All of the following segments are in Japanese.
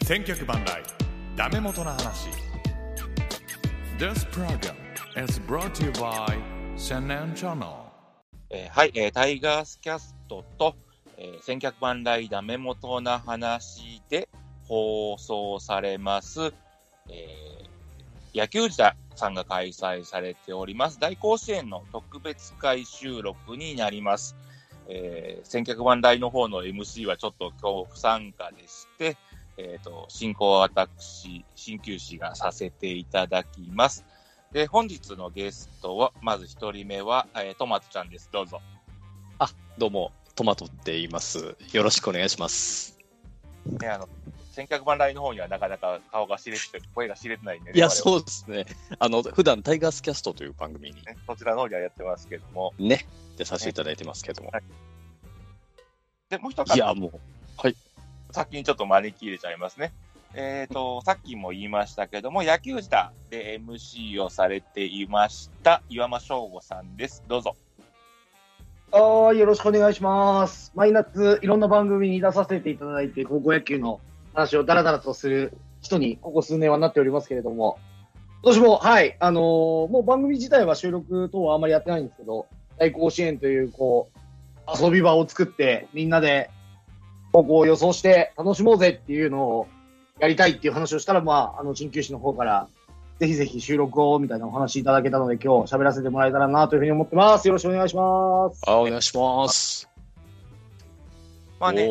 千脚万来ダメ元の話。 This program is brought to you by 千年チャンネル。 はい、タイガースキャストと、千脚万来ダメ元な話で放送されます、野球自体さんが開催されております大甲子園の特別会収録になります。千脚万来の方の MC はちょっと今日不参加でして、進行は私鍼灸師がさせていただきます。で、本日のゲストはまず一人目は、トマトちゃんです。どうぞ。 どうもトマトって言います。よろしくお願いします。 ね、千脚万来の方にはなかなか顔が知れて声が知れてないんでね。 いや、そうですね。普段タイガースキャストという番組に、 ね、そちらの方にはやってますけどもね、出させていただいてますけども、 はい、でもう一方、 いやもうはい、 先にちょっと招き入れちゃいますね。さっきも言いましたけども、野球自体で MC をされていました岩間翔吾さんです。どうぞ。 よろしくお願いします。毎夏いろんな番組に出させていただいて、高校野球の話をダラダラとする人にここ数年はなっておりますけれども、今年もはい、もう番組自体は収録等はあまりやってないんですけど、大甲子園という遊び場を作ってみんなで高校を予想して楽しもうぜっていうのをやりたいっていう話をしたら、鍼灸師の方からぜひぜひ収録をみたいなお話いただけたので、今日喋らせてもらえたらなというふうに思ってます。よろしくお願いします。 お願いします。 まあね、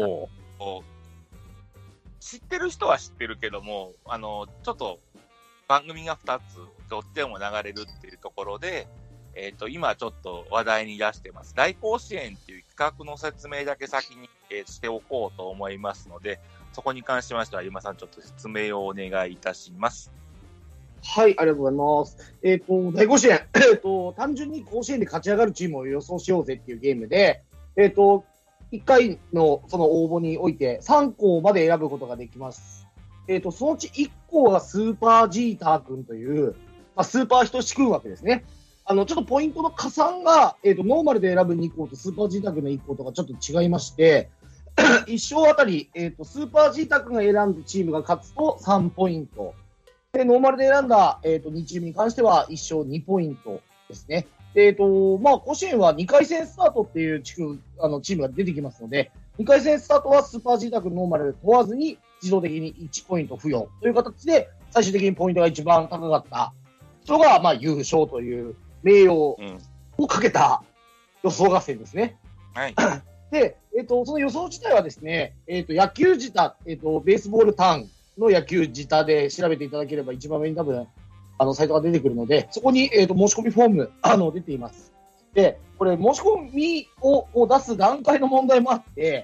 知ってる人は知ってるけども、ちょっと番組が2つどっちでも流れるっていうところで、今ちょっと話題に出してます。大甲子園っていう企画の説明だけ先に、しておこうと思いますので、そこに関しましては、今さんちょっと説明をお願いいたします。 はい、ありがとうございます。大甲子園、単純に甲子園で勝ち上がるチームを予想しようぜっていうゲームで、1回のその応募において3校まで選ぶことができます。そのうち1校がスーパージーター君という、スーパーひとし君枠ですね。ちょっとポイントの加算が、ノーマルで選ぶ2校とスーパージーター君の1校とかちょっと違いまして、1勝あたり、スーパージーター君が選んだチームが勝つと3ポイント。で、ノーマルで選んだ、2チームに関しては1勝2ポイントですね。で、甲子園は2回戦スタートっていうチームが出てきますので、2回戦スタートはスーパージータ君ノーマルで問わずに自動的に1ポイント付与という形で、最終的にポイントが一番高かった人が、優勝という名誉をかけた予想合戦ですね。 はい。 で、その予想自体はですね、野球自体、ベースボールターンの野球自体で調べていただければ一番上に多分、サイトが出てくるので、そこに、申し込みフォーム、出ています。で、これ、申し込みを出す段階の問題もあって、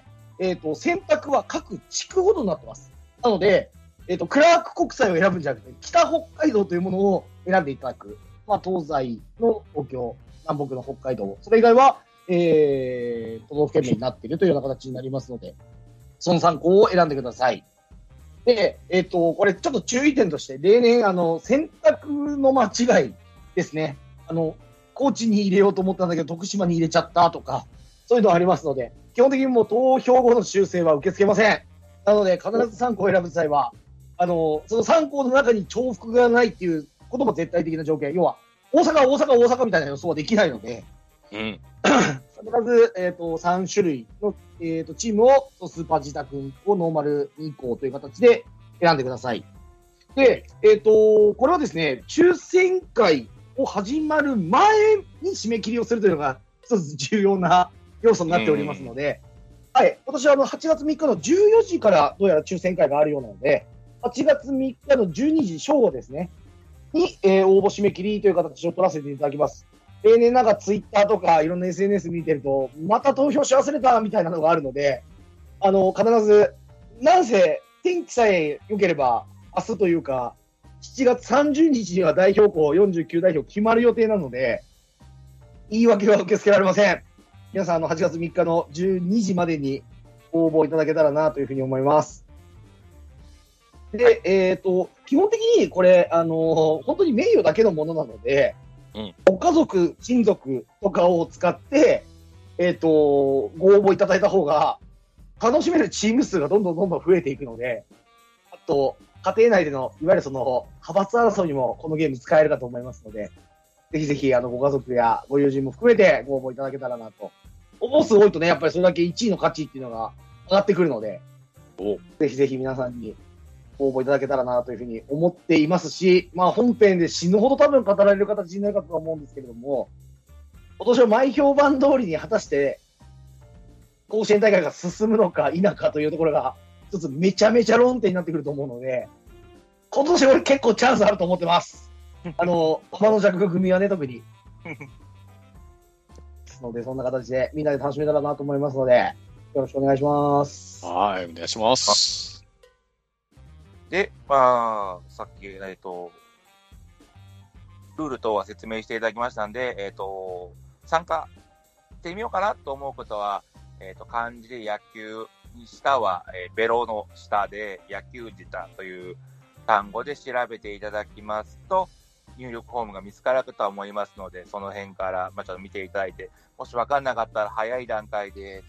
選択は各地区ごとになってます。なので、クラーク国際を選ぶんじゃなくて、北北海道というものを選んでいただく。東西の東京、南北の北海道、それ以外は、都道府県名になっているというような形になりますので、その3校を選んでください。で、これちょっと注意点として、例年、選択の間違いですね。高知に入れようと思ったんだけど、徳島に入れちゃったとか、そういうのがありますので、基本的にもう投票後の修正は受け付けません。なので、必ず3校を選ぶ際は、その3校の中に重複がないっていうことも絶対的な条件。要は、大阪みたいな予想はできないので、必ず、3種類の、チームをスーパージータ君をノーマル2校という形で選んでください。で、これはですね、抽選会を始まる前に締め切りをするというのが一つ重要な要素になっておりますので、はい、今年は8月3日の14時からどうやら抽選会があるようなので、8月3日の12時正午ですね、に、応募締め切りという形を取らせていただきます。例年なんかツイッターとかいろんな SNS 見てると、また投票し忘れたみたいなのがあるので、必ず、なんせ天気さえ良ければ明日というか、7月30日には代表校49代表決まる予定なので、言い訳は受け付けられません。皆さん8月3日の12時までに応募いただけたらなというふうに思います。で、基本的にこれ、本当に名誉だけのものなので、ご家族、親族とかを使って、ご応募いただいた方が、楽しめるチーム数がどんどん増えていくので、 と家庭内でのいわゆるその派閥争いにもこのゲーム使えるかと思いますので、ぜひぜひご家族やご友人も含めてご応募いただけたらなと。応募数多いとね、やっぱりそれだけ1位の価値っていうのが上がってくるので、ぜひぜひ皆さんにご応募いただけたらなというふうに思っていますし、まあ本編で死ぬほど多分語られる形になるかとは思うんですけれども、今年は前評判通りに果たして甲子園大会が進むのか否かというところが一つめちゃめちゃ論点になってくると思うので、今年俺結構チャンスあると思ってます。駒の弱組はね、特に。ですので、そんな形でみんなで楽しめたらなと思いますので、よろしくお願いします。 はい、お願いします。 で、まあ、さっき、ルール等は説明していただきましたんで、参加してみようかなと思うことは、漢字で野球に下は、ベロの下で野球自体という単語で調べていただきますと、入力フォームが見つからるとは思いますので、その辺から、ちょっと見ていただいて、もし分かんなかったら早い段階で、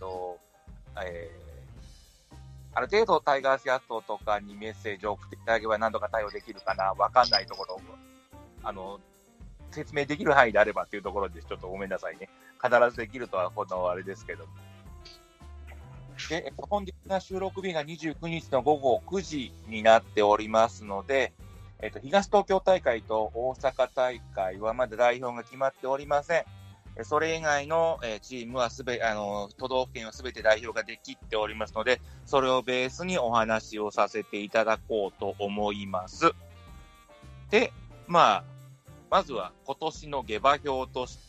ある程度タイガースキャストとかにメッセージを送っていただければ何とか対応できるかな、分かんないところを、説明できる範囲であればっていうところで、ちょっとごめんなさいね。必ずできるとは、あれですけど。で、本日の収録日が29日の午後9時になっておりますので、東東京大会と大阪大会はまだ代表が決まっておりません。それ以外のチームは都道府県はすべて代表ができっておりますので、それをベースにお話をさせていただこうと思います。で、まずは今年の下馬評として、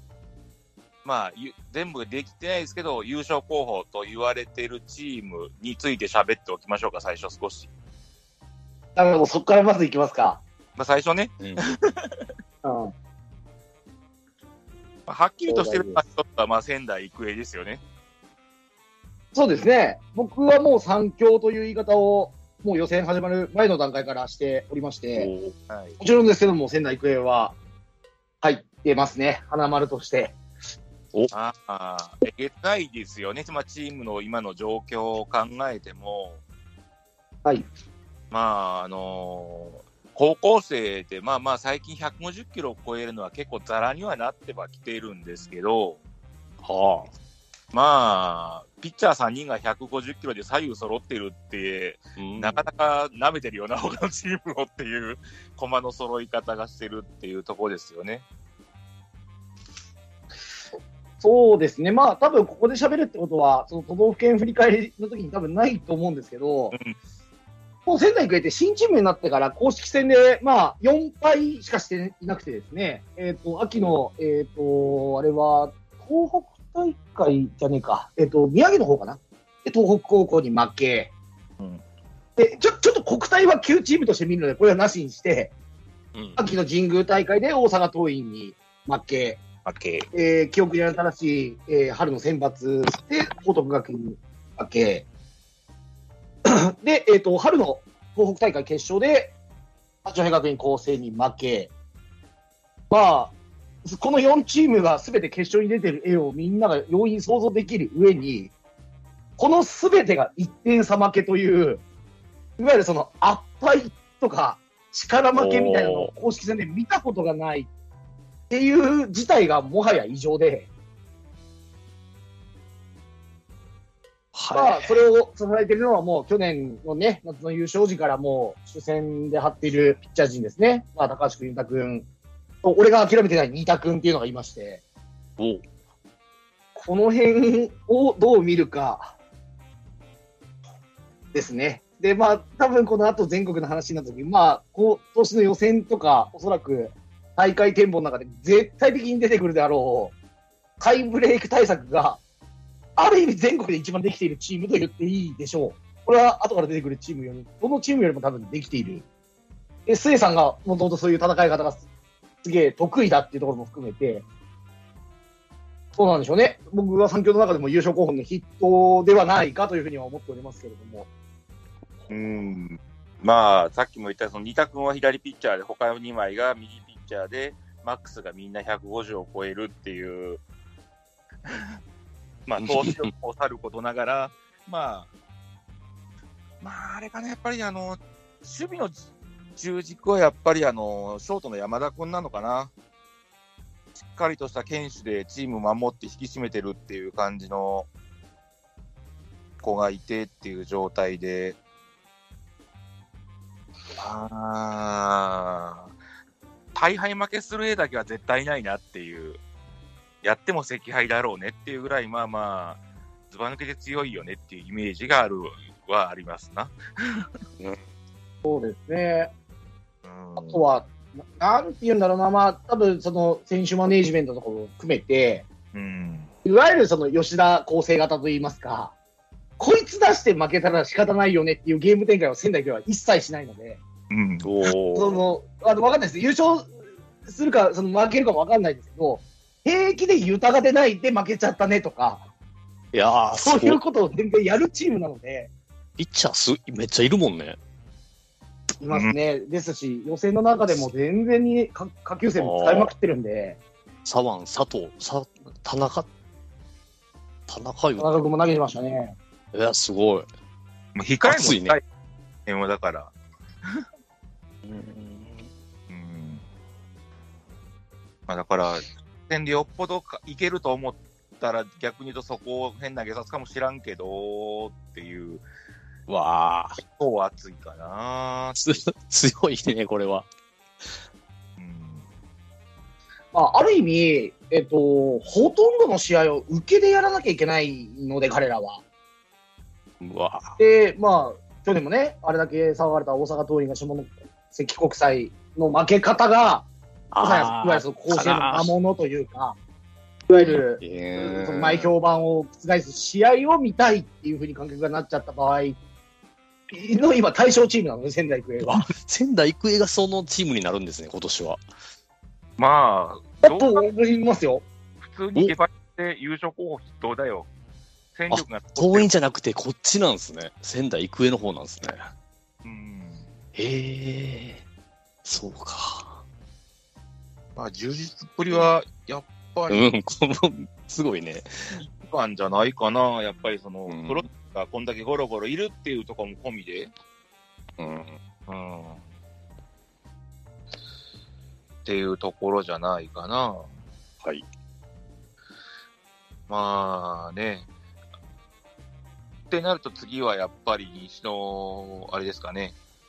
全部できてないですけど、優勝候補と言われているチームについて喋っておきましょうか、最初少し。 もうそこからまずいきますか。 最初ね。はっきりとしてるのは仙台育英ですよね。 そうですね。僕はもう3強という言い方を、もう予選始まる前の段階からしておりまして、もちろんですけども、仙台育英は入ってますね。花丸として。 えげつないですよね。チームの今の状況を考えても、 はい。 高校生で、最近150キロを超えるのは結構ザラにはなってはきているんですけど、ピッチャー3人が150キロで左右揃ってるって、なかなか舐めてるような他のチームをっていう駒の揃い方がしてるっていうところですよね。 そうですね。多分ここで喋るってことは、その都道府県振り返りの時に多分ないと思うんですけど、もう仙台育英って新チームになってから公式戦で、4敗しかしていなくてですね、秋の、あれは、東北大会じゃねえか、宮城の方かな。で、東北高校に負け、で、ちょっと国体は9チームとして見るので、これはなしにして、秋の神宮大会で大阪桐蔭に負け、記憶に新しい、春の選抜で報徳学院に負け、で、春の東北大会決勝で八戸学院光星に負け、この4チームが全て決勝に出てる絵をみんなが容易に想像できる上に、この全てが1点差負けという、いわゆるその圧敗とか力負けみたいなのを公式戦で見たことがないっていう事態がもはや異常で、それを支えているのはもう去年のね、夏の優勝時からもう主戦で張っているピッチャー陣ですね。高橋君、裕太君、俺が諦めてない新田君っていうのがいまして、この辺をどう見るかですね。で、多分この後全国の話になった時、今年の予選とか、おそらく大会展望の中で絶対的に出てくるであろう、タイブレイク対策が、ある意味全国で一番できているチームと言っていいでしょう。これは後から出てくるチームより、どのチームよりも多分できている。末さんがもともとそういう戦い方がすげえ得意だっていうところも含めて、そうなんでしょうね。僕は3強の中でも優勝候補の筆頭ではないかというふうには思っておりますけれども。 さっきも言ったその新田君は左ピッチャーで、他の2枚が右ピッチャーで、マックスがみんな150を超えるっていう、投手力を去ることながら、 まあ、あれかな、やっぱり守備の中軸はやっぱりショートの山田君なのかな。しっかりとした堅守でチーム守って引き締めてるっていう感じの子がいてっていう状態で、大敗負けする絵だけは絶対ないなっていう、やっても惜敗だろうねっていうぐらい、まあまあ、ずば抜けて強いよねっていうイメージがありますな。 そうですね。あとは、なんて言うんだろうな、まあ、多分その選手マネージメントとかも含めて、いわゆるその吉田構成型といいますか、こいつ出して負けたら仕方ないよねっていうゲーム展開を仙台育英は一切しないので、わかんないです。優勝するか、負けるかもわかんないですけど、平気で豊かでないで負けちゃったねとか、 いやー、 そういうことを全然やるチームなので、 ピッチャーめっちゃいるもんね。 いますね。ですし、予選の中でも全然に下級生も使いまくってるんで、 左腕、佐藤、田中田中君も投げてましたね。 いや、すごい。 控えも近い電話だから。まあ、だから、点でよっぽどいけると思ったら、逆に言うとそこを変な投げさすかもしらんけどっていう。 わあ。 結構熱いかな。 強いね、これは。 まあ、ある意味、ほとんどの試合を受けでやらなきゃいけないので、彼らは。で、まあ、去年もね、あれだけ騒がれた大阪桐蔭が下関国際の負け方が、いわゆるその甲子園の魔物というか、いわゆる、その前評判を覆す試合を見たいっていうふうに観客がなっちゃった場合の今対象チームなので、仙台育英は。 仙台育英がそのチームになるんですね、今年は。 まあ、 と思いますよ。 普通に下馬して優勝候補筆頭だよ。戦力が桐蔭じゃなくてこっちなんですね。仙台育英の方なんですね。へえ、そうか。 まあ、充実っぷりは、やっぱり、 すごいね。 一番じゃないかな。やっぱりプロがこんだけゴロゴロいるっていうところも込みで。っていうところじゃないかな。 はい。 まあね。ってなると次はやっぱり西の、あれですかね。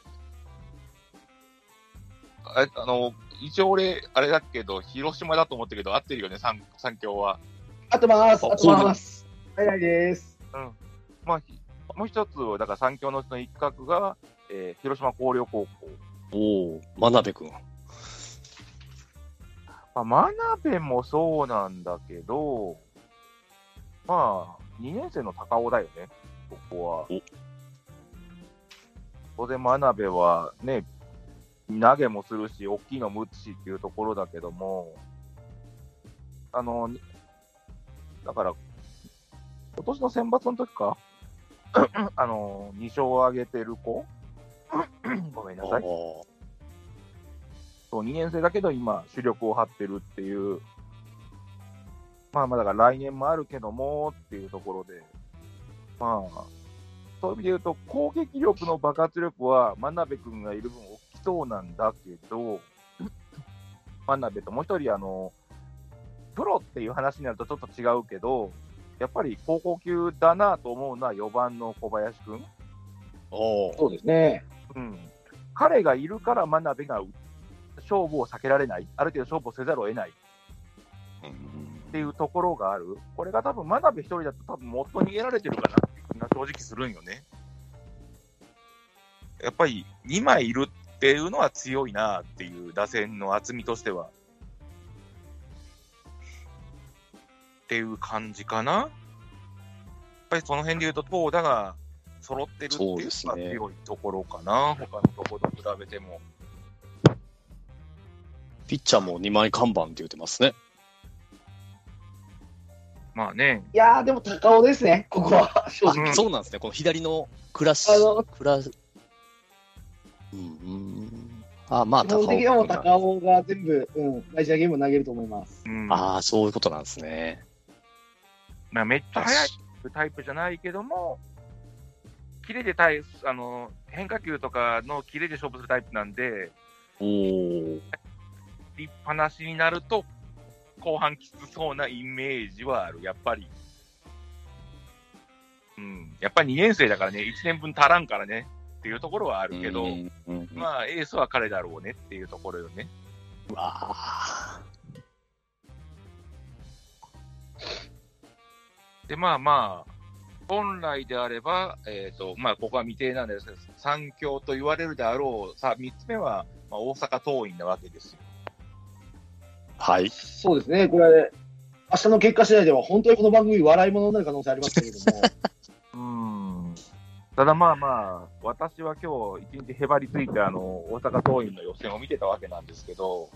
一応俺、あれだけど、広島だと思ったけど、合ってるよね、三強は。 合ってます。合ってます。早いです。 まあ、もう一つ、だから三強のうちの一角が、広島広陵高校。 真鍋君。 まあ、真鍋もそうなんだけど、まあ、2年生の高尾だよね、ここは。当然真鍋はね、投げもするし、大きいのも打つしっていうところだけども、だから、今年の選抜の時か、2勝を挙げてる子ごめんなさい。そう、2年生だけど今、主力を張ってるっていう、まあまあ、だから来年もあるけどもっていうところで、まあ、そういう意味で言うと、攻撃力の爆発力は真鍋君がいる分大きそうなんだけど、真鍋ともう一人、プロっていう話になるとちょっと違うけど、やっぱり高校級だなと思うのは4番の小林君。 そうですね。 彼がいるから真鍋が勝負を避けられない、ある程度勝負をせざるを得ないっていうところがある。これが多分真鍋一人だと多分もっと逃げられてるかなっていう気が正直するんよね。やっぱり2枚いるっていうのは強いなっていう打線の厚みとしては。っていう感じかな。やっぱりその辺で言うと投打が揃ってるっていうのが強いところかな。他のところと比べても。 ピッチャーも2枚看板って言ってますね。 まあね。 いやー、でも高尾ですね、ここは。正直。 そうなんですね。この左のクラス。まあ、 基本的にはもう高尾が全部、大事なゲームを投げると思います。 そういうことなんですね。 まあ、めっちゃ速いタイプじゃないけども、 キレで変化球とかのキレで勝負するタイプなんで、 お立派なしになると、後半きつそうなイメージはある、やっぱり。やっぱり2年生だからね、1年分足らんからねっていうところはあるけど、まあ、エースは彼だろうねっていうところよね。 うわあ。 で、まあ、本来であれば、ここは未定なんですけど、3強と言われるであろう、さあ、3つ目は、大阪桐蔭なわけですよ。 はい。 そうですね、これ、明日の結果次第では、本当にこの番組、笑い物になる可能性ありますけれども。 ただ私は今日、一日へばりついて、大阪桐蔭の予選を見てたわけなんですけど、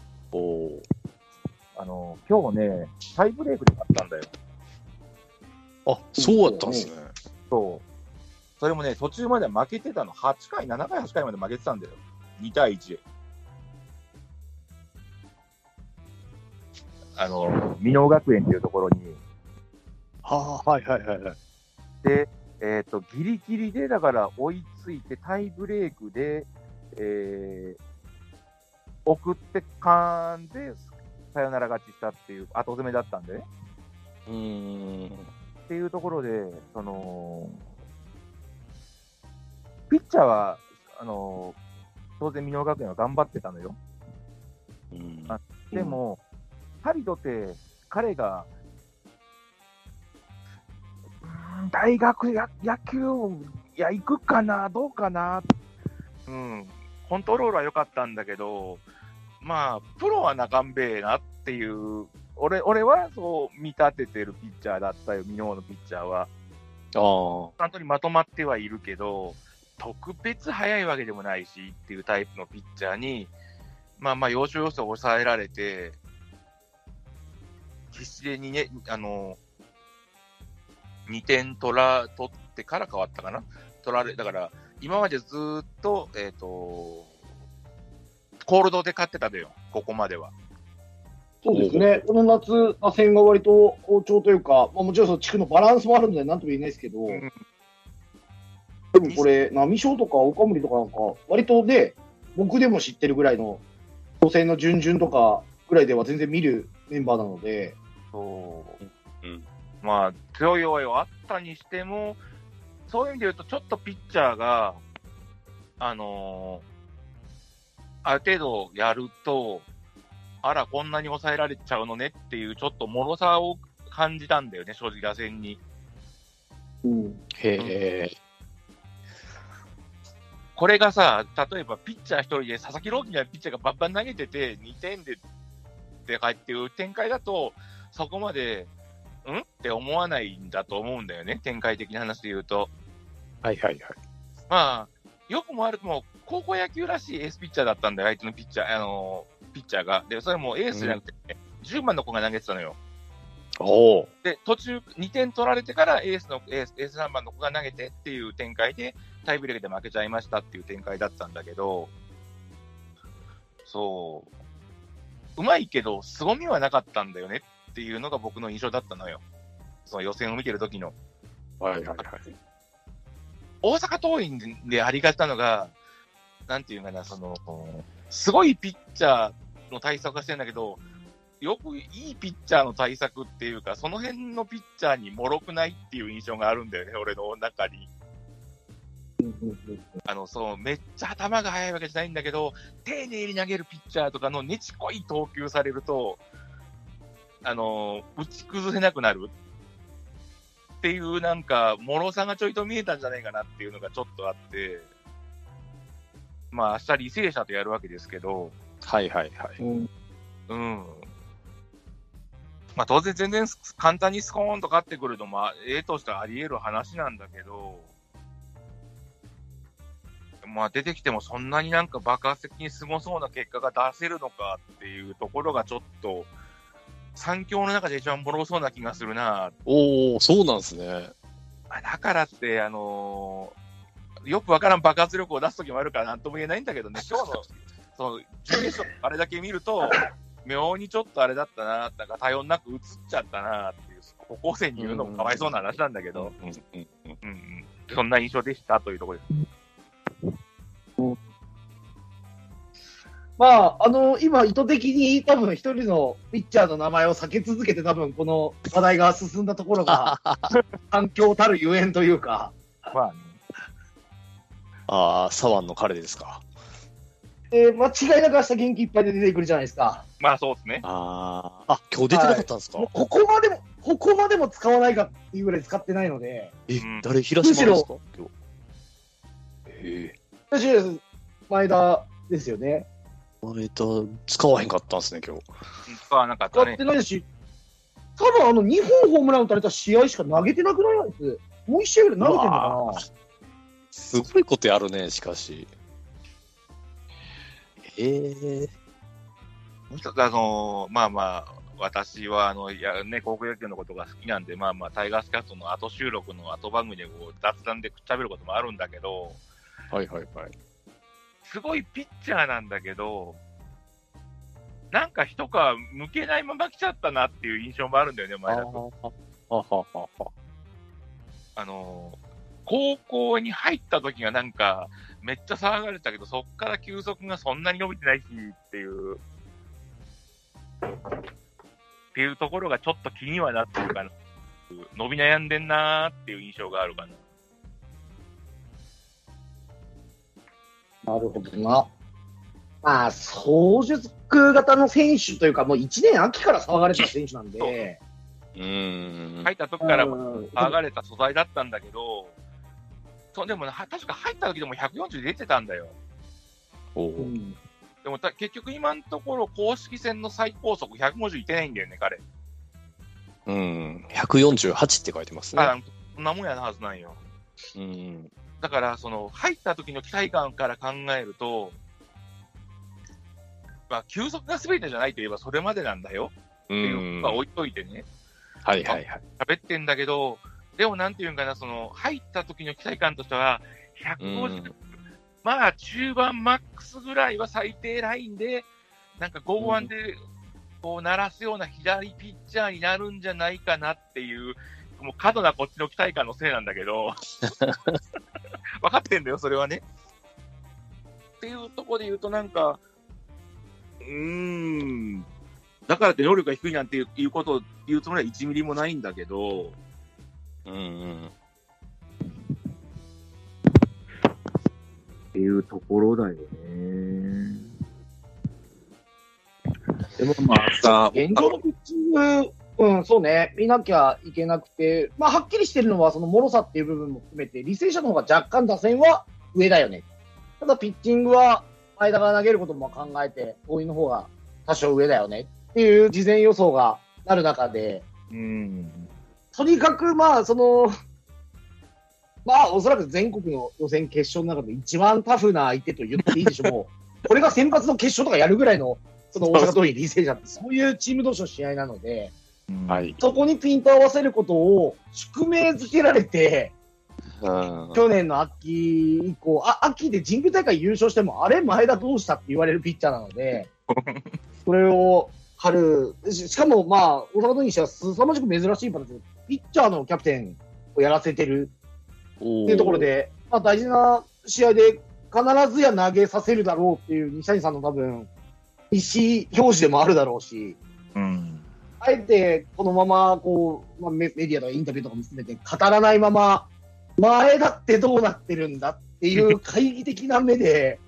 今日ね、タイブレークで勝ったんだよ。 あ、そうだったんですね。 そう。それもね、途中まで負けてたの。8回、7回、8回まで負けてたんだよ。2対1で。箕面学園っていうところに。 はい。 で、ギリギリで、だから追いついて、タイブレークで、送ってカーンで、サヨナラ勝ちしたっていう、後攻めだったんでね。っていうところで、ピッチャーは、当然、箕面学園は頑張ってたのよ。でも、ハリドって彼が、大学野球、行くかな、どうかな、コントロールは良かったんだけど、プロはなかんべえなっていう、俺はそう見立ててるピッチャーだったよ、箕面のピッチャーは。本当にまとまってはいるけど、特別速いわけでもないしっていうタイプのピッチャーに、要所要所抑えられて、必死でにね、2点取ってから変わったかな。だから、今までずっと、コールドで勝ってたのよ、ここまでは。 そうですね、この夏、打線が割と好調というか、もちろんその地区のバランスもあるので、なんとも言えないですけど、でもこれ、波賞とか岡森とかなんか、割とね、僕でも知ってるぐらいの、予選の準々とかぐらいでは全然見るメンバーなので、 強い弱いはあったにしても、そういう意味で言うと、ちょっとピッチャーが、ある程度やると、こんなに抑えられちゃうのねっていう、ちょっと脆さを感じたんだよね、正直、打線に。これがさ、例えばピッチャー一人で、佐々木朗希みたいなピッチャーがバンバン投げてて、2点でって帰っていう展開だと、そこまで、って思わないんだと思うんだよね、展開的な話で言うと。よくも悪くも、高校野球らしいエースピッチャーだったんだよ、相手のピッチャーが。で、それもエースじゃなくて、10番の子が投げてたのよ。で、途中2点取られてからエース3番の子が投げてっていう展開で、タイブレークで負けちゃいましたっていう展開だったんだけど、うまいけど、凄みはなかったんだよねっていうのが僕の印象だったのよ。その予選を見てる時の。大阪桐蔭でありがちなのが、なんていうかな、すごいピッチャーの対策はしてるんだけど、よくいいピッチャーの対策っていうか、その辺のピッチャーに脆くないっていう印象があるんだよね、俺の中に。めっちゃ球が速いわけじゃないんだけど、丁寧に投げるピッチャーとかのねちこい投球されると、打ち崩せなくなるっていう、なんか、脆さがちょいと見えたんじゃないかなっていうのがちょっとあって、明日、履正社とやるわけですけど、当然全然簡単にスコーンと勝ってくるのも、としてはあり得る話なんだけど、出てきてもそんなになんか爆発的にすごそうな結果が出せるのかっていうところがちょっと、3強の中で一番脆そうな気がするな。 そうなんですね。 だからって、よくわからん爆発力を出すときもあるからなんとも言えないんだけどね、今日の、準決勝あれだけ見ると、妙にちょっとあれだったな、なんか頼んなく映っちゃったなっていう、高校生に言うのもかわいそうな話なんだけど。 そんな印象でしたというところです。 まあ、今、意図的に多分一人のピッチャーの名前を避け続けて多分この話題が進んだところが、環境たるゆえんというか。 まあね。 ああ、左腕の彼ですか。 間違いなく明日元気いっぱいで出てくるじゃないですか。 まあそうですね。 ああ、今日出てなかったんですか、 もうここまでも使わないかっていうぐらい使ってないので。 誰、平島ですか今日。 前田ですよね。 前田、使わへんかったんですね、今日。 使わなかったね。 使ってないし、多分2本ホームラン打たれた試合しか投げてなくないやつ。もう1試合ぐらい投げてんのかな。 すごいことやるね、しかし。 まあまあ、私は高校野球のことが好きなんで、まあまあ、タイガースキャストの後収録の後番組で雑談で喋ることもあるんだけど、 はいはいはい。 すごいピッチャーなんだけど、なんか一皮むけないまま来ちゃったなっていう印象もあるんだよね、前田君。高校に入った時がなんか、めっちゃ騒がれたけど、そっから球速がそんなに伸びてないしっていうところがちょっと気にはなってるかな。伸び悩んでんなーっていう印象があるかな。 なるほどな。まあ、早熟型の選手というか、もう1年秋から騒がれた選手なんで。 入った時から騒がれた素材だったんだけど、でも確か入った時でも140出てたんだよ。でも結局今のところ公式戦の最高速150いってないんだよね、彼。 148って書いてますね。 そんなもんやなはずなんよ。だから、入った時の期待感から考えると、まあ、球速が全てじゃないといえばそれまでなんだよ。っていうのは置いといてね。 はいはいはい。 喋ってんだけど、でもなんていうんかな、入った時の期待感としては、150、まあ、中盤マックスぐらいは最低ラインで、なんか剛腕で、鳴らすような左ピッチャーになるんじゃないかなっていう、もう過度なこっちの期待感のせいなんだけど、分かってんだよ、それはね。っていうところで言うと、なんか、だからって能力が低いなんていうことを言うつもりは1ミリもないんだけど、っていうところだよね。でもまあさ、 現状のピッチング、そうね、見なきゃいけなくて、まあ、はっきりしてるのは、その脆さっていう部分も含めて、履正社の方が若干打線は上だよね。ただ、ピッチングは、前田が投げることも考えて、大井の方が多少上だよねっていう事前予想がなる中で、とにかく、まあ、おそらく全国の予選決勝の中で一番タフな相手と言っていいでしょう。もうこれが先発の決勝とかやるぐらいの、大阪桐蔭履正社ってそういうチーム同士の試合なので、そこにピント合わせることを宿命づけられて、去年の秋以降、秋で神宮大会優勝しても、あれ、前田どうしたって言われるピッチャーなので、それをしかも、まあ、大阪桐蔭にしては凄まじく珍しい形で、ピッチャーのキャプテンをやらせてるっていうところで、まあ、大事な試合で必ずや投げさせるだろうっていう西谷さんの多分、意思表示でもあるだろうし、あえてこのままメディアとかインタビューとかも含めて語らないまま、前だってどうなってるんだっていう懐疑的な目で、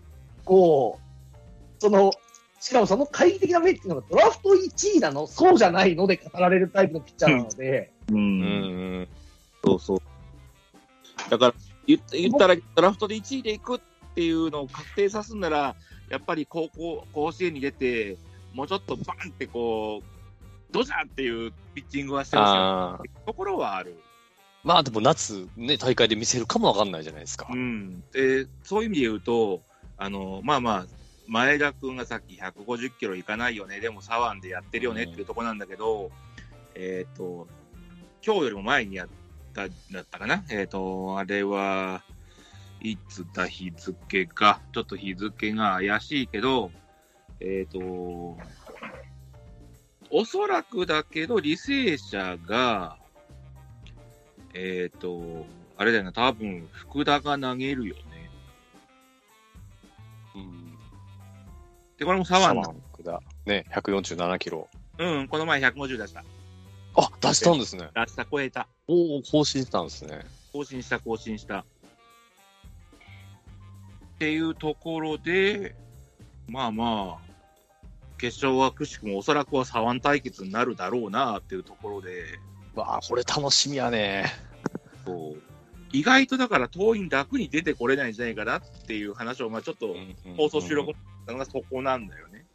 しかもその懐疑的な目っていうのがドラフト1位なのそうじゃないので語られるタイプのピッチャーなので。 そうそう。だから言ったらドラフトで1位でいくっていうのを確定さすんなら、やっぱり甲子園に出て、もうちょっとバンってドジャーっていうピッチングはしてほしいところはある。 まあでも夏ね、大会で見せるかもわかんないじゃないですか。 でそういう意味で言うと、まあまあ、前田君がさっき150キロいかないよね、でも左腕でやってるよねっていうところなんだけど、今日よりも前にやっただったかな、あれは、いつだ日付が、ちょっと日付が怪しいけど、おそらくだけど、履正社が、 あれだよな、多分、福田が投げるよね。で、これも左腕だ。 ね、147キロ。 うん、この前150出した。 あ、出したんですね。 出した、超えた。 おお、更新したんですね。 更新した。っていうところで、まあまあ、決勝はくしくもおそらくは左腕対決になるだろうなっていうところで。 わあ、これ楽しみやね。 そう。意外とだから党員楽に出てこれないんじゃないかなっていう話を、まあちょっと放送収録したのがそこなんだよね。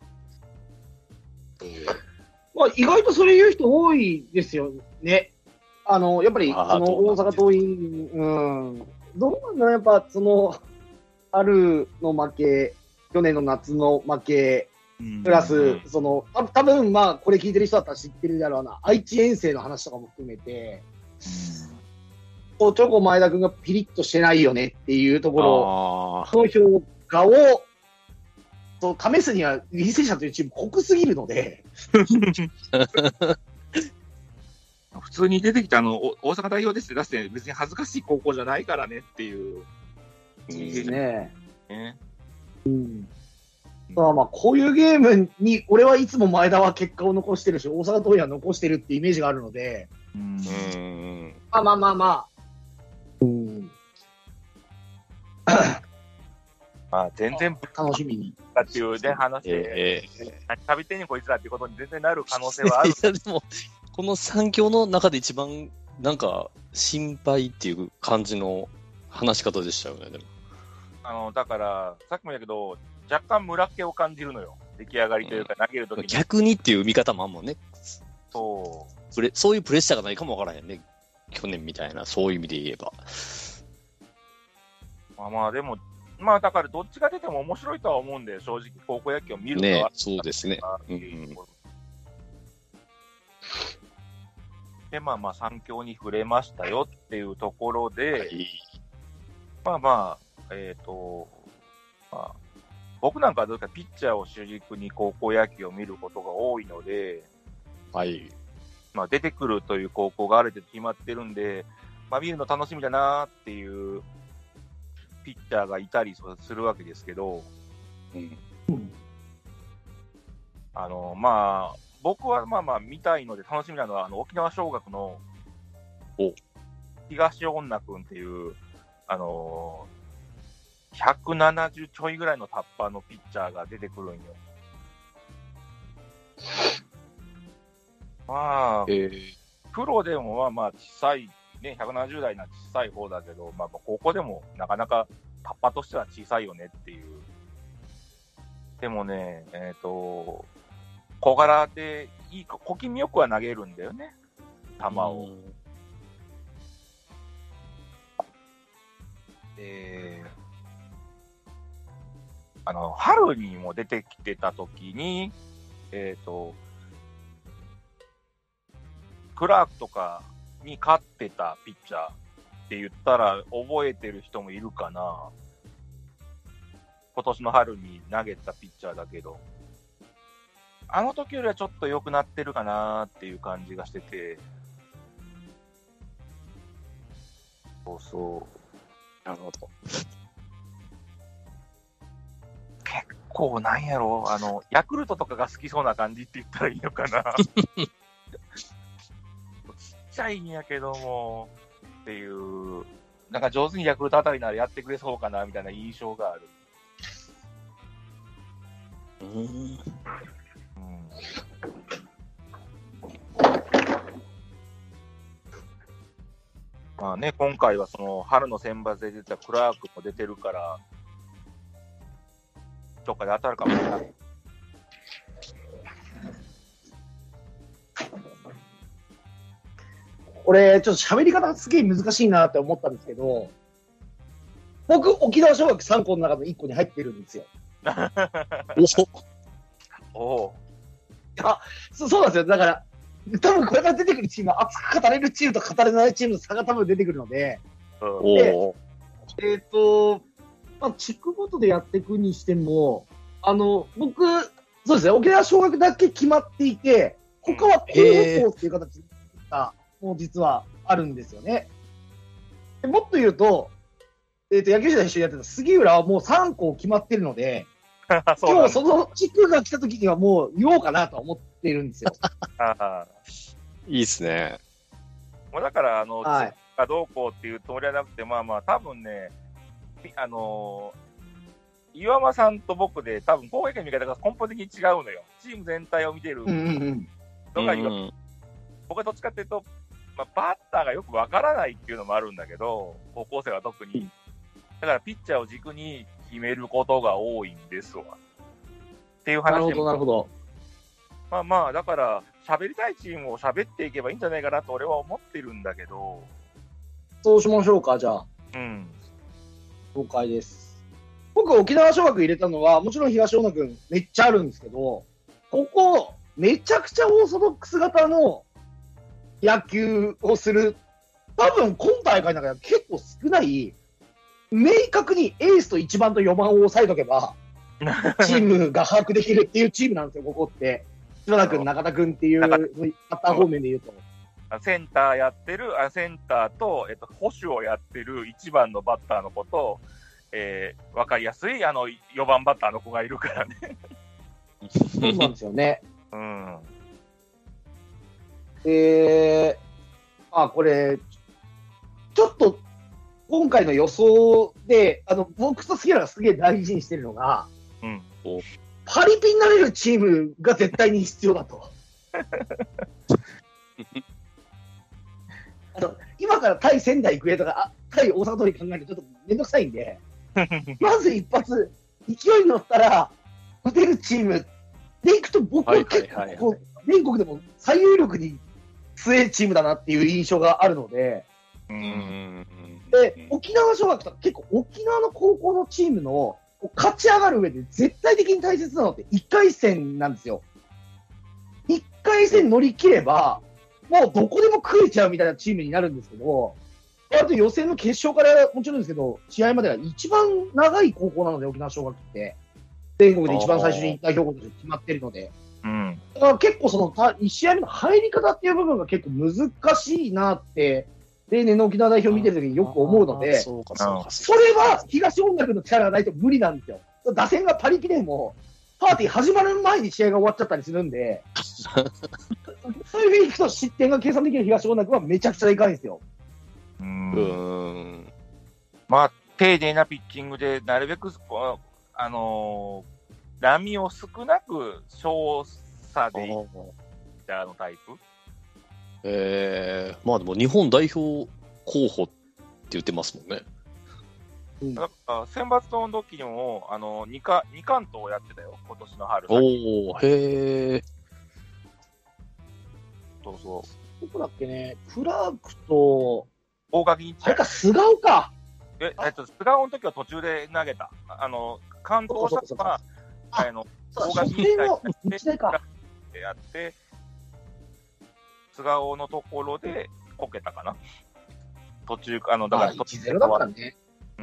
まあ、意外とそれ言う人多いですよね。やっぱり、その大阪桐蔭、どうなんだろう、やっぱ、その、春の負け、去年の夏の負け、プラス、その、多分まあ、これ聞いてる人だったら知ってるだろうな、愛知遠征の話とかも含めて、ちょこ前田君がピリッとしてないよねっていうところ、その評価を、試すには、履正社というチーム濃すぎるので、 普通に出てきた大阪代表ですって出して別に恥ずかしい高校じゃないからねっていう。 ねえ。まあ、こういうゲームに、俺はいつも前田は結果を残してるし、大阪桐蔭は残してるってイメージがあるので、まあ。 まあ、全然楽しみに。 だっていうね、話で、何食べてんねんこいつらっていうことに全然なる可能性はある。 いや、でも、この3強の中で一番、なんか、心配っていう感じの話し方でしたよね、でも。 だから、さっきも言ったけど、若干村気を感じるのよ。出来上がりというか、投げるときに。 逆にっていう見方もあんもんね。 そういうプレッシャーがないかもわからへんね。去年みたいな、そういう意味で言えば。 まあでも、まあだからどっちが出ても面白いとは思うんで、正直高校野球を見るのは、 ね、そうですね。 で、まあ3強に触れましたよっていうところで、僕なんかはどうかピッチャーを主軸に高校野球を見ることが多いので、出てくるという高校がある程度決まってるんで、見るの楽しみだなっていうピッチャーがいたりするわけですけど、僕は見たいので楽しみなのは、沖縄尚学の東恩納君っていう、170ちょいぐらいのタッパーのピッチャーが出てくるんよ。プロでも小さい、ね、170代な小さい方だけど、高校でもなかなかタッパーとしては小さいよねっていう。でもね、小柄で小気味よくは投げるんだよね、球を。春にも出てきてたときに、クラークとかに勝ってたピッチャーって言ったら覚えてる人もいるかな。今年の春に投げたピッチャーだけど、あの時よりはちょっと良くなってるかなっていう感じがしてて。そう。 なるほど。 結構なんやろ、ヤクルトとかが好きそうな感じって言ったらいいのかな。ちっちゃいんやけどもっていう、なんか上手にヤクルトあたりならやってくれそうかなみたいな印象がある。今回はその春の選抜で出たクラークも出てるから、どっかで当たるかもしれない。 俺、ちょっと喋り方がすげえ難しいなって思ったんですけど、僕、沖縄尚学3校の中の1個に入ってるんですよ。 おそうなんですよ。だから、多分これから出てくるチームは熱く語れるチームと語れないチームの差が多分出てくるので、地区ごとでやっていくにしても、僕、そうですね、沖縄尚学だけ決まっていて、他は候補校っていう形でもう実はあるんですよね。 もっと言うと、野球時代一緒にやってた杉浦はもう3校決まってるので、 そうなんだ今日その地区が来た時にはもう言おうかなと思っているんですよ。 いいっすね。 もうだから、 はい。 かどうこうっていうつもりはなくて、まあまあ、多分ね、岩間さんと僕で多分攻撃の見方が根本的に違うのよ。チーム全体を見てるうんうんうん。 のが、 うん僕はどっちかっていうと、まあ、バッターがよくわからないっていうのもあるんだけど、高校生は特に。だからピッチャーを軸に決めることが多いんですわ。っていう話でも、 なるほど。 まあまあ、だから、喋りたいチームを喋っていけばいいんじゃないかなと俺は思ってるんだけど、 そうしましょうか、じゃあ。 うん。 了解です。僕、沖縄尚学入れたのは、もちろん東恩納君めっちゃあるんですけど、ここ、めちゃくちゃオーソドックス型の野球をする、多分今大会の中で結構少ない、明確にエースと1番と4番を抑えとけば、チームが把握できるっていうチームなんですよ、ここって。篠田君、中田君っていうバッター方面で言うと。 センターやってる、センターと、保守をやってる1番のバッターの子と、わかりやすい、4番バッターの子がいるからね。 そうなんですよね。 うん。 これ、ちょっと、今回の予想で、僕と杉浦がすげえ大事にしてるのが、 うん。 パリピになれるチームが絶対に必要だと。今から対仙台育英とか、対大阪桐蔭考えるとちょっとめんどくさいんで、まず一発、勢いに乗ったら、打てるチームでいくと、僕は結構、全国でも最有力に強いチームだなっていう印象があるので、で、沖縄尚学とか結構沖縄の高校のチームの勝ち上がる上で絶対的に大切なのって1回戦なんですよ。1回戦乗り切れば、もうどこでも食えちゃうみたいなチームになるんですけど、あと予選の決勝からもちろんですけど、試合までが一番長い高校なので、沖縄尚学って。全国で一番最初に代表校として決まってるので。 うん。 だから結構その1試合目の入り方っていう部分が結構難しいなって、例年の沖縄代表見てるときによく思うので、 そうかそうか。 それは東音楽の力がないと無理なんですよ。打線がパリピでも、パーティー始まる前に試合が終わっちゃったりするんで、そういうふうにいくと失点が計算できる東音楽はめちゃくちゃでかいんですよ。 まあ、丁寧なピッチングで、なるべく、波を少なく少差でいったタイプ。 まあでも日本代表候補って言ってますもんね。 だから選抜の時にも2冠統をやってたよ、今年の春。 おお、へえ。 そうそう。 どこだっけね、クラークと、 大垣に行っあれか、菅生か。 菅生の時は途中で投げた。関東したのは、大垣にやって、菅生のところでこけたかな。途中、だから、 1-0だったね。 うん。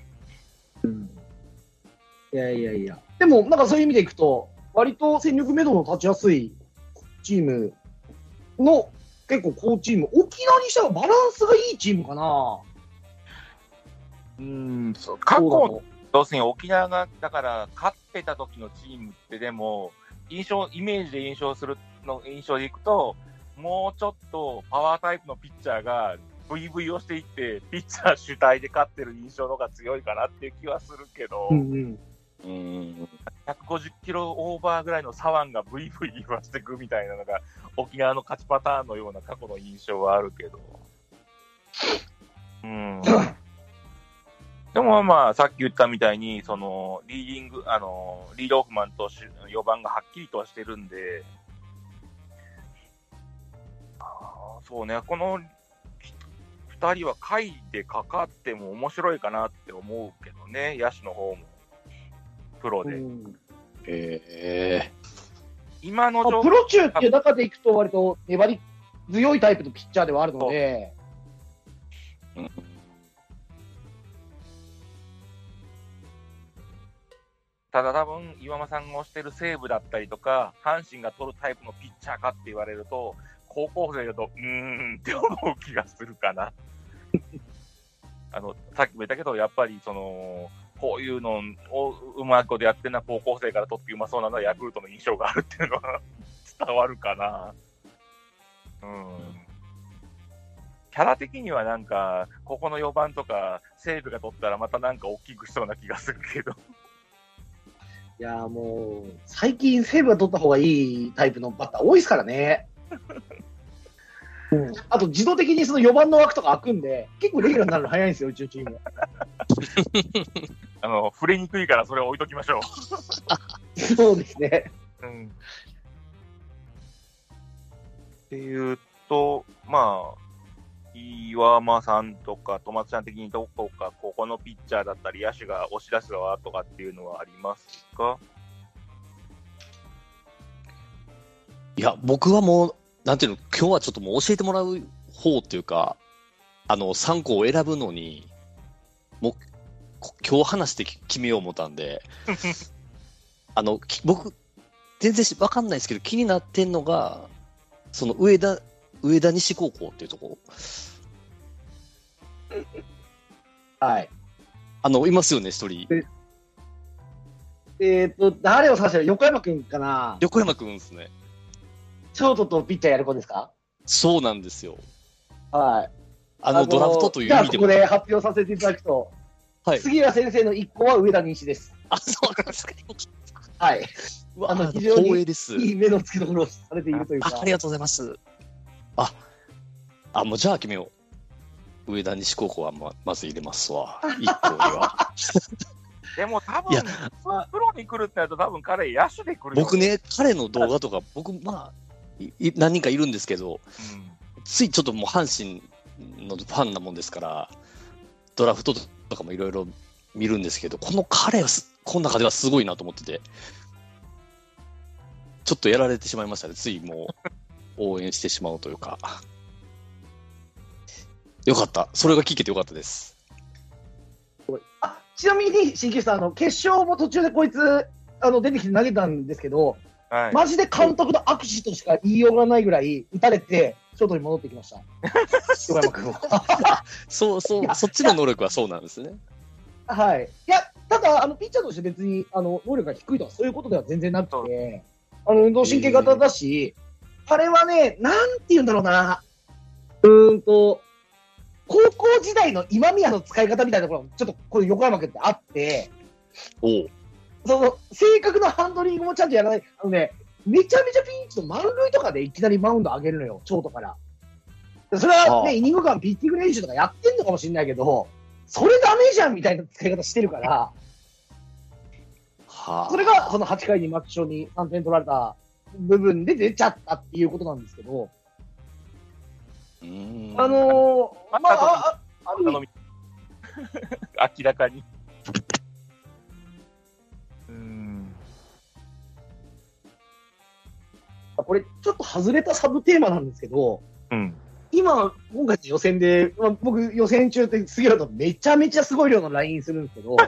いや。でも、なんかそういう意味でいくと、割と戦力目処の立ちやすいチームの、結構好チーム、沖縄にしたらバランスがいいチームかな。 そう過去、要するに沖縄が、だから勝ってた時のチームってでも、イメージで印象でいくと、もうちょっとパワータイプのピッチャーが VV をしていって、ピッチャー主体で勝ってる印象の方が強いかなっていう気はするけど、150キロオーバーぐらいの左腕が VV 言わせていくみたいなのが、沖縄の勝ちパターンのような過去の印象はあるけど。でもまあ、さっき言ったみたいに、リードオフマンと4番がはっきりとはしてるんで、そうね、この2人は下位でかかっても面白いかなって思うけどね、野手の方も、プロで。今のプロ中っていう中でいくと、割と粘り強いタイプのピッチャーではあるので、 ただ多分、岩間さんが推してる西武だったりとか、阪神が取るタイプのピッチャーかって言われると、高校生だと、って思う気がするかな。 さっきも言ったけど、やっぱりこういうのをうまいことやってるのは高校生からとってうまそうなのはヤクルトの印象があるっていうのは伝わるかな。キャラ的にはなんか、ここの4番とか、西武が取ったらまたなんか大きくしそうな気がするけど。 いやーもう、最近西武が取った方がいいタイプのバッター多いですからね。あと自動的にその4番の枠とか開くんで、結構レギュラーになるの早いんですよ、うちのチーム。 触れにくいからそれを置いときましょう。 そうですね。 っていうと、まあ、岩間さんとか、戸松さん的にどこか、ここのピッチャーだったり、野手が押し出す側とかっていうのはありますか？ いや、僕はもう、なんていうの、今日はちょっともう教えてもらう方っていうか、3個を選ぶのに、もう、今日話して決めよう思ったんで、僕、全然わかんないですけど、気になってんのが、その上田西高校っていうとこ。 はい。 いますよね、一人。 誰を指してる？横山くんかな？ 横山くんですね。 ショートとピッチャーやる子ですか？ そうなんですよ。 はい。 ドラフトという意味でも。 じゃあ、ここで発表させていただくと、 はい。 杉谷先生の1個は上田西です。 そうなんですか。 はい。非常にいい目の付け所をされているというか。 ありがとうございます。もうじゃあ決めよう。上田西高校はまず入れますわ。1個には。 でも多分、プロに来るってなると多分彼野手で来るよ。 僕ね、彼の動画とか、僕何人かいるんですけど、ついちょっともう阪神のファンなもんですから、ドラフトとかもいろいろ見るんですけど、この彼はこの中ではすごいなと思ってて、ちょっとやられてしまいましたね。ついもう応援してしまうというか。よかった。それが聞けてよかったです。 ちなみに、新旧さん、決勝も途中でこいつ、出てきて投げたんですけど、はい、マジで監督の握手としか言いようがないぐらい、打たれて、ショートに戻ってきました。横山君そっちの能力はそうなんですね。 はい。いや、ただ、ピッチャーとして別に、能力が低いとかそういうことでは全然なくて、運動神経型だし、あれはね、なんて言うんだろうな、高校時代の今宮の使い方みたいなところがちょっとこれ横山君ってあって、その正確なハンドリングもちゃんとやらない。めちゃめちゃピンチの満塁とかでいきなりマウンド上げるのよ、ショートから。それはね、イニング間ピッチング練習とかやってんのかもしれないけど、それダメじゃんみたいな使い方してるから、それがその8回にマキショに3点取られた部分で出ちゃったっていうことなんですけど、 明らかに。 これ、ちょっと外れたサブテーマなんですけど、今回の予選で、僕、予選中って杉浦とめちゃめちゃすごい量の LINE するんですけど、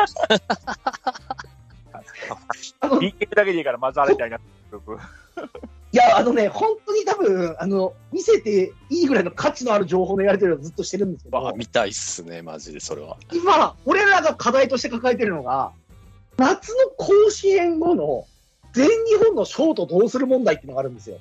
PK だけでいいから、まずあれみたいな。 いや、本当に多分、見せていいぐらいの価値のある情報のやり取りをずっとしてるんですけど。 見たいっすね、マジで、それは。 今、俺らが課題として抱えてるのが、夏の甲子園後の全日本のショートどうする問題っていうのがあるんですよ。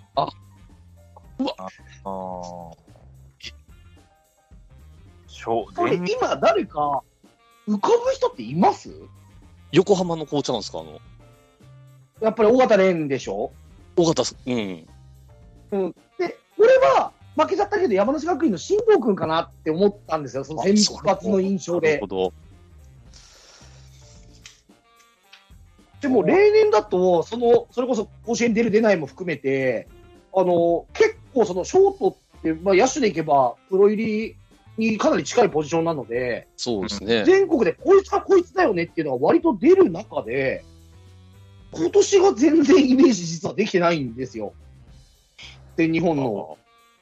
これ今誰か浮かぶ人っています？ 横浜のコーチなんですか？ やっぱり尾形蓮でしょ？ 尾形で、俺は負けちゃったけど山梨学院の新藤君かなって思ったんですよ、その先発の印象で。なるほど。でも例年だとそれこそ甲子園出る出ないも含めて、結構そのショートって、野手でいけばプロ入りにかなり近いポジションなので、 そうですね。 全国でこいつかこいつだよねっていうのが割と出る中で、今年が全然イメージ実はできてないんですよ。で、日本の。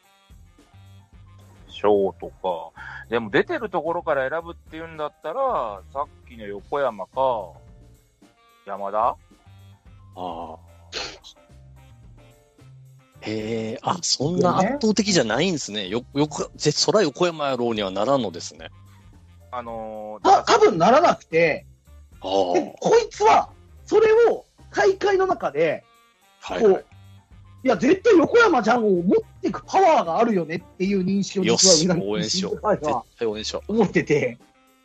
ショートか。でも出てるところから選ぶっていうんだったら、さっきの横山か、山田？ そんな圧倒的じゃないんですね。そら横山やろうにはならんのですね。 多分ならなくて、でこいつは、それを大会の中で、 はいはい、 いや、絶対横山ちゃんを持っていくパワーがあるよねっていう認識を実は応援しよう。絶対応援しよう。思ってて。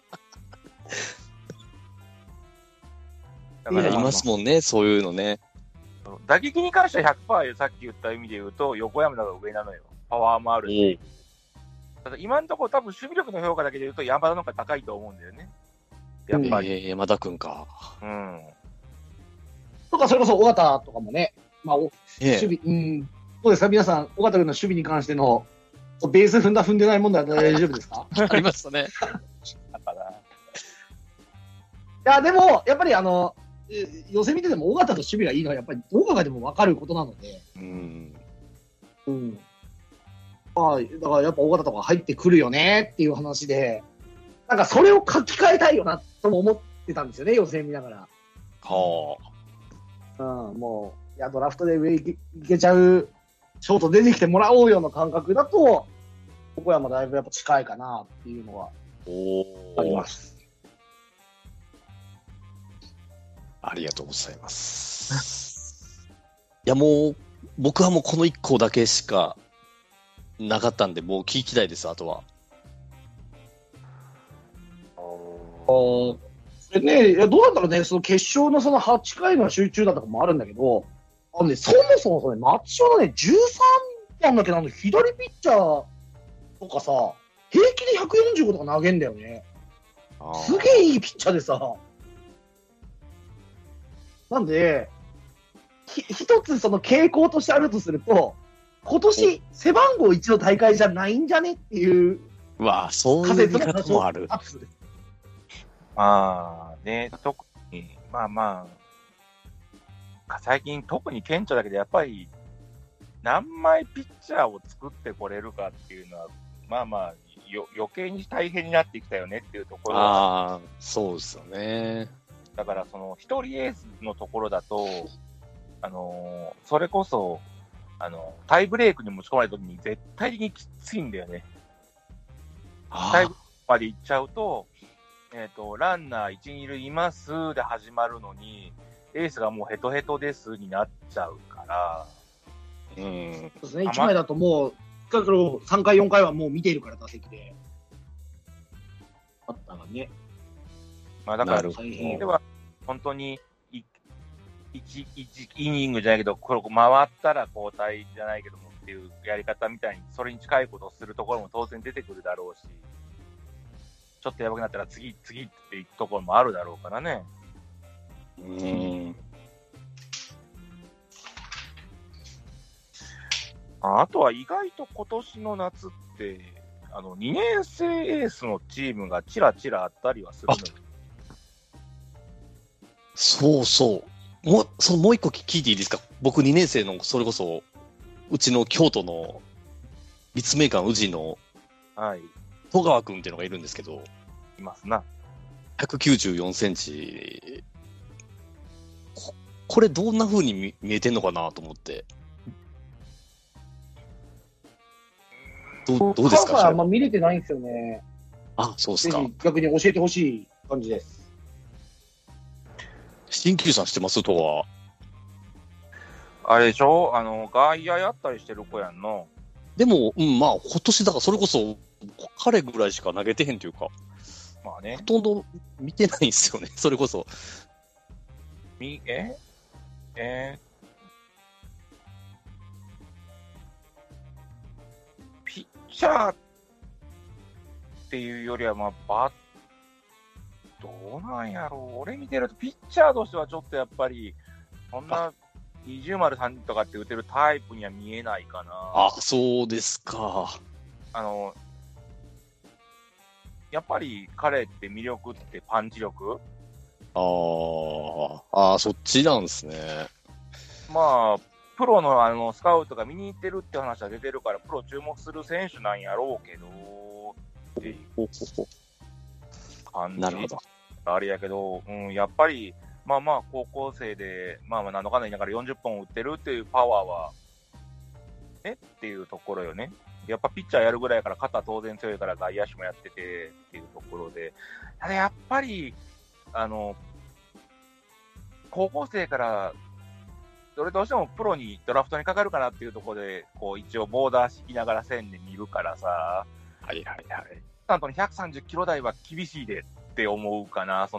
いや、いますもんね、そういうのね。 打撃に関しては 100% さっき言った意味で言うと、横山田が上なのよ。パワーもあるし。ただ今のところ多分守備力の評価だけで言うと山田の方が高いと思うんだよね。やっぱり。 山田くんか。 うん。 とか、それこそ尾形とかもね、まあ、守備、どうですか皆さん、尾形君の守備に関しての、ベース踏んでない問題は大丈夫ですかありましたね。 だから。 いや、でも、やっぱり予選見てても尾形と守備がいいのはやっぱりどこかでも分かることなので。まあ、だからやっぱ尾形とか入ってくるよねっていう話で、なんかそれを書き換えたいよなとも思ってたんですよね、予選見ながら。もう、いや、ドラフトで上いけちゃう、ショート出てきてもらおうよの感覚だと、横山だいぶやっぱ近いかなっていうのはあります。 ありがとうございます。いや、もう、僕はもうこの1個だけしかなかったんで、もう聞きたいです、あとは。 それね、いやどうなんだろうね、その決勝のその8回の集中打とかもあるんだけど、そもそもね、松島のね、13番だけなんだ左ピッチャーとかさ、平気で145とか投げんだよね。すげえいいピッチャーでさ。なんで、一つその傾向としてあるとすると、今年背番号1の大会じゃないんじゃねっていうそういう見方もある。 まあね、特に、最近特に顕著だけど、やっぱり何枚ピッチャーを作ってこれるかっていうのは、余計に大変になってきたよねっていうところそうですよね。 だから、その一人エースのところだと、それこそ、タイブレークに持ち込まれた時に絶対的にきついんだよね。タイブレークまで行っちゃうと、ランナー1、2塁いますで始まるのに、エースがもうヘトヘトですになっちゃうから。 そうですね、1枚だともう、3回、4回はもう見ているから、打席で。あったがね。 だから、最近では、本当に1イニングじゃないけど、これ回ったら交代じゃないけどもっていうやり方みたいに、それに近いことをするところも当然出てくるだろうし、ちょっとやばくなったら次っていくところもあるだろうからね。あとは意外と今年の夏って、2年生エースのチームがちらちらあったりはするのよ。 そうそう。もう一個聞いていいですか？僕2年生の、それこそ、うちの京都の立命館宇治の、戸川くんっていうのがいるんですけど、 いますな。 194センチ。これどんな風に見えてんのかなと思って。どうですか？ あんま見れてないんですよね。 そうですか。 逆に教えてほしい感じです。 新旧さん知ってます？とは。 あれでしょ？外野やったりしてる子やんの。 でも、今年だからそれこそ、彼ぐらいしか投げてへんというか。 まあね。 ほとんど見てないんですよね、それこそ。 ピッチャーっていうよりは、どうなんやろう。俺見てると、ピッチャーとしてはちょっとやっぱり、そんな20丸3とかって打てるタイプには見えないかな。 そうですか。 やっぱり彼って魅力ってパンチ力？ そっちなんですね。 プロのスカウトが見に行ってるって話は出てるから、プロ注目する選手なんやろうけど、っていう感じ。 なるほど。 あれやけど、やっぱり、高校生で、何のかんないながら40本打ってるっていうパワーは、 ねっていうところよね。やっぱピッチャーやるぐらいやから肩当然強いから外野手もやっててっていうところで、ただやっぱり、高校生からどうしてもプロにドラフトにかかるかなっていうところで、こう一応ボーダー敷きながら線で見るからさ、 はいはいはい。 本当に130キロ台は厳しいでって思うかな、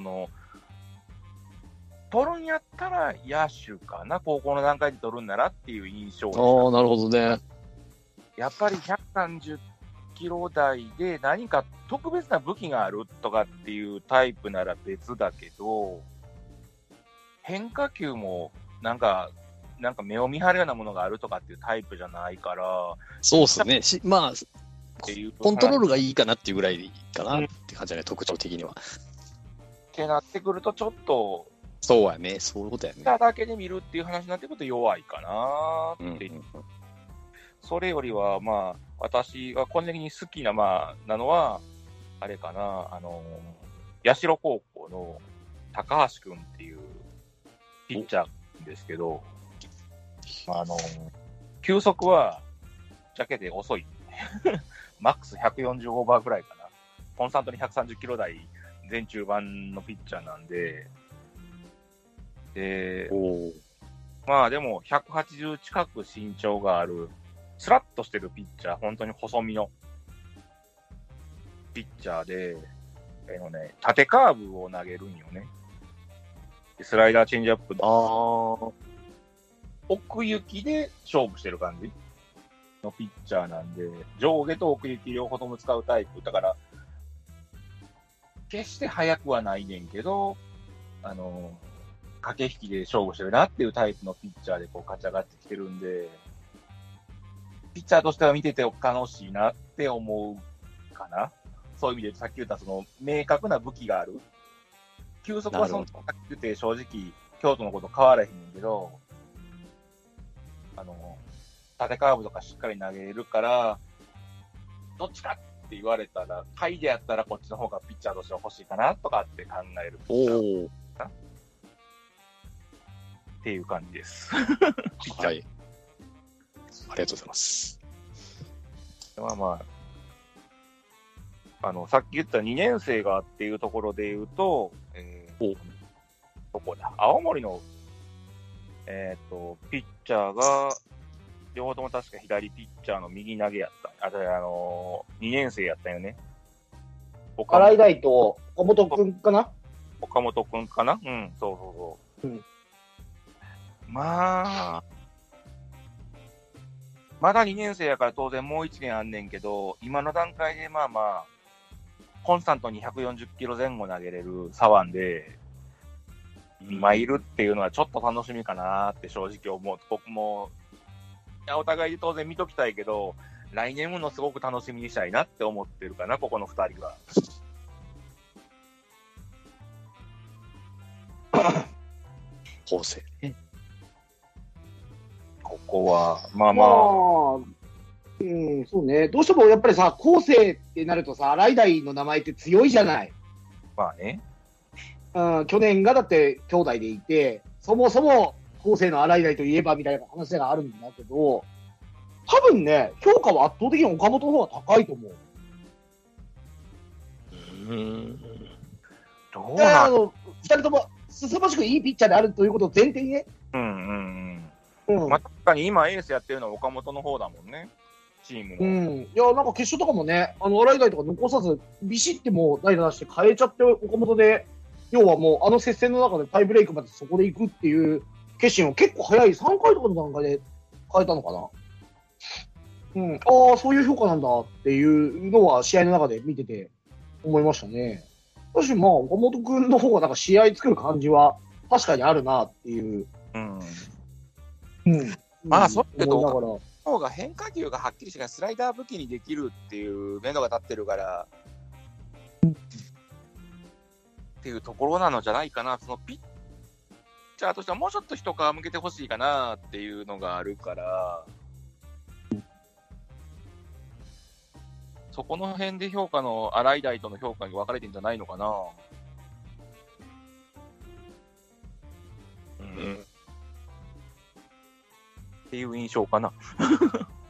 取るんやったら野手かな、高校の段階で取るんならっていう印象でした。 ああ、なるほどね。 やっぱり130キロ台で何か特別な武器があるとかっていうタイプなら別だけど、変化球もなんか目を見張るようなものがあるとかっていうタイプじゃないから、 そうですね。まあ、 っていうコントロールがいいかなっていうぐらいかなって感じだね、特徴的には。 ってなってくると、ちょっと、 そうやね、そういうことやね。 だけで見るっていう話になってくると弱いかなっていう。それよりは、まあ、私が個人的に好きな、なのは、あれかな、社高校の高橋君っていうピッチャーですけど、球速は、だけで遅い。マックス140オーバーぐらいかな。コンスタントに130キロ台前中盤のピッチャーなんで、まあでも180近く身長がある、スラッとしてるピッチャー、本当に細身のピッチャーで、縦カーブを投げるんよね。スライダー、チェンジアップ、奥行きで勝負してる感じのピッチャーなんで、上下と奥行き両方とも使うタイプ。だから、決して速くはないねんけど、駆け引きで勝負してるなっていうタイプのピッチャーでこう勝ち上がってきてるんで、ピッチャーとしては見てて楽しいなって思うかな。そういう意味でさっき言ったその明確な武器がある。球速はそのさっき言って正直京都のこと変わらへんねんけど、縦カーブとかしっかり投げれるから、どっちかって言われたら、下位でやったらこっちの方がピッチャーとしては欲しいかなとかって考えるピッチャーかなっていう感じです。 はい。ありがとうございます。 さっき言った2年生がっていうところで言うと、どこだ青森の、ピッチャーが、両方とも確か左ピッチャーの右投げやった。2年生やったよね。 洗い大と岡本くんかな。 岡本くんかな。うん、そう。まだ2年生やから当然もう1年あんねんけど、今の段階でコンスタントに140キロ前後投げれる左腕で、今いるっていうのはちょっと楽しみかなって正直思う。僕も、お互いで当然見ときたいけど、来年ものすごく楽しみにしたいなって思ってるかな、ここの2人は。 構成。 ここは、 そうね。どうしてもやっぱりさ、後世ってなるとさ、洗平の名前って強いじゃない。 まあね。 去年がだって兄弟でいて、そもそも後世の洗平といえばみたいな話があるんだけど、多分ね、評価は圧倒的に岡本の方が高いと思う。 どうなの？ 二人とも凄まじくいいピッチャーであるということを前提にね。 確かに今エースやってるのは岡本の方だもんね。チームの。 いや、なんか決勝とかもね、洗平とか残さず、ビシってもう代打出して変えちゃって岡本で、要はもう接戦の中でタイブレイクまでそこで行くっていう決心を結構早い3回とかの段階で変えたのかな。そういう評価なんだっていうのは試合の中で見てて思いましたね。私岡本君の方がなんか試合作る感じは確かにあるなっていう。 そうけど、方が変化球がはっきりしてからスライダー武器にできるっていう目処が立ってるから、っていうところなのじゃないかな。そのピッチャーとしてはもうちょっと一皮向けてほしいかなっていうのがあるから、そこの辺で評価の洗平との評価に分かれてんじゃないのかな。っていう印象かな。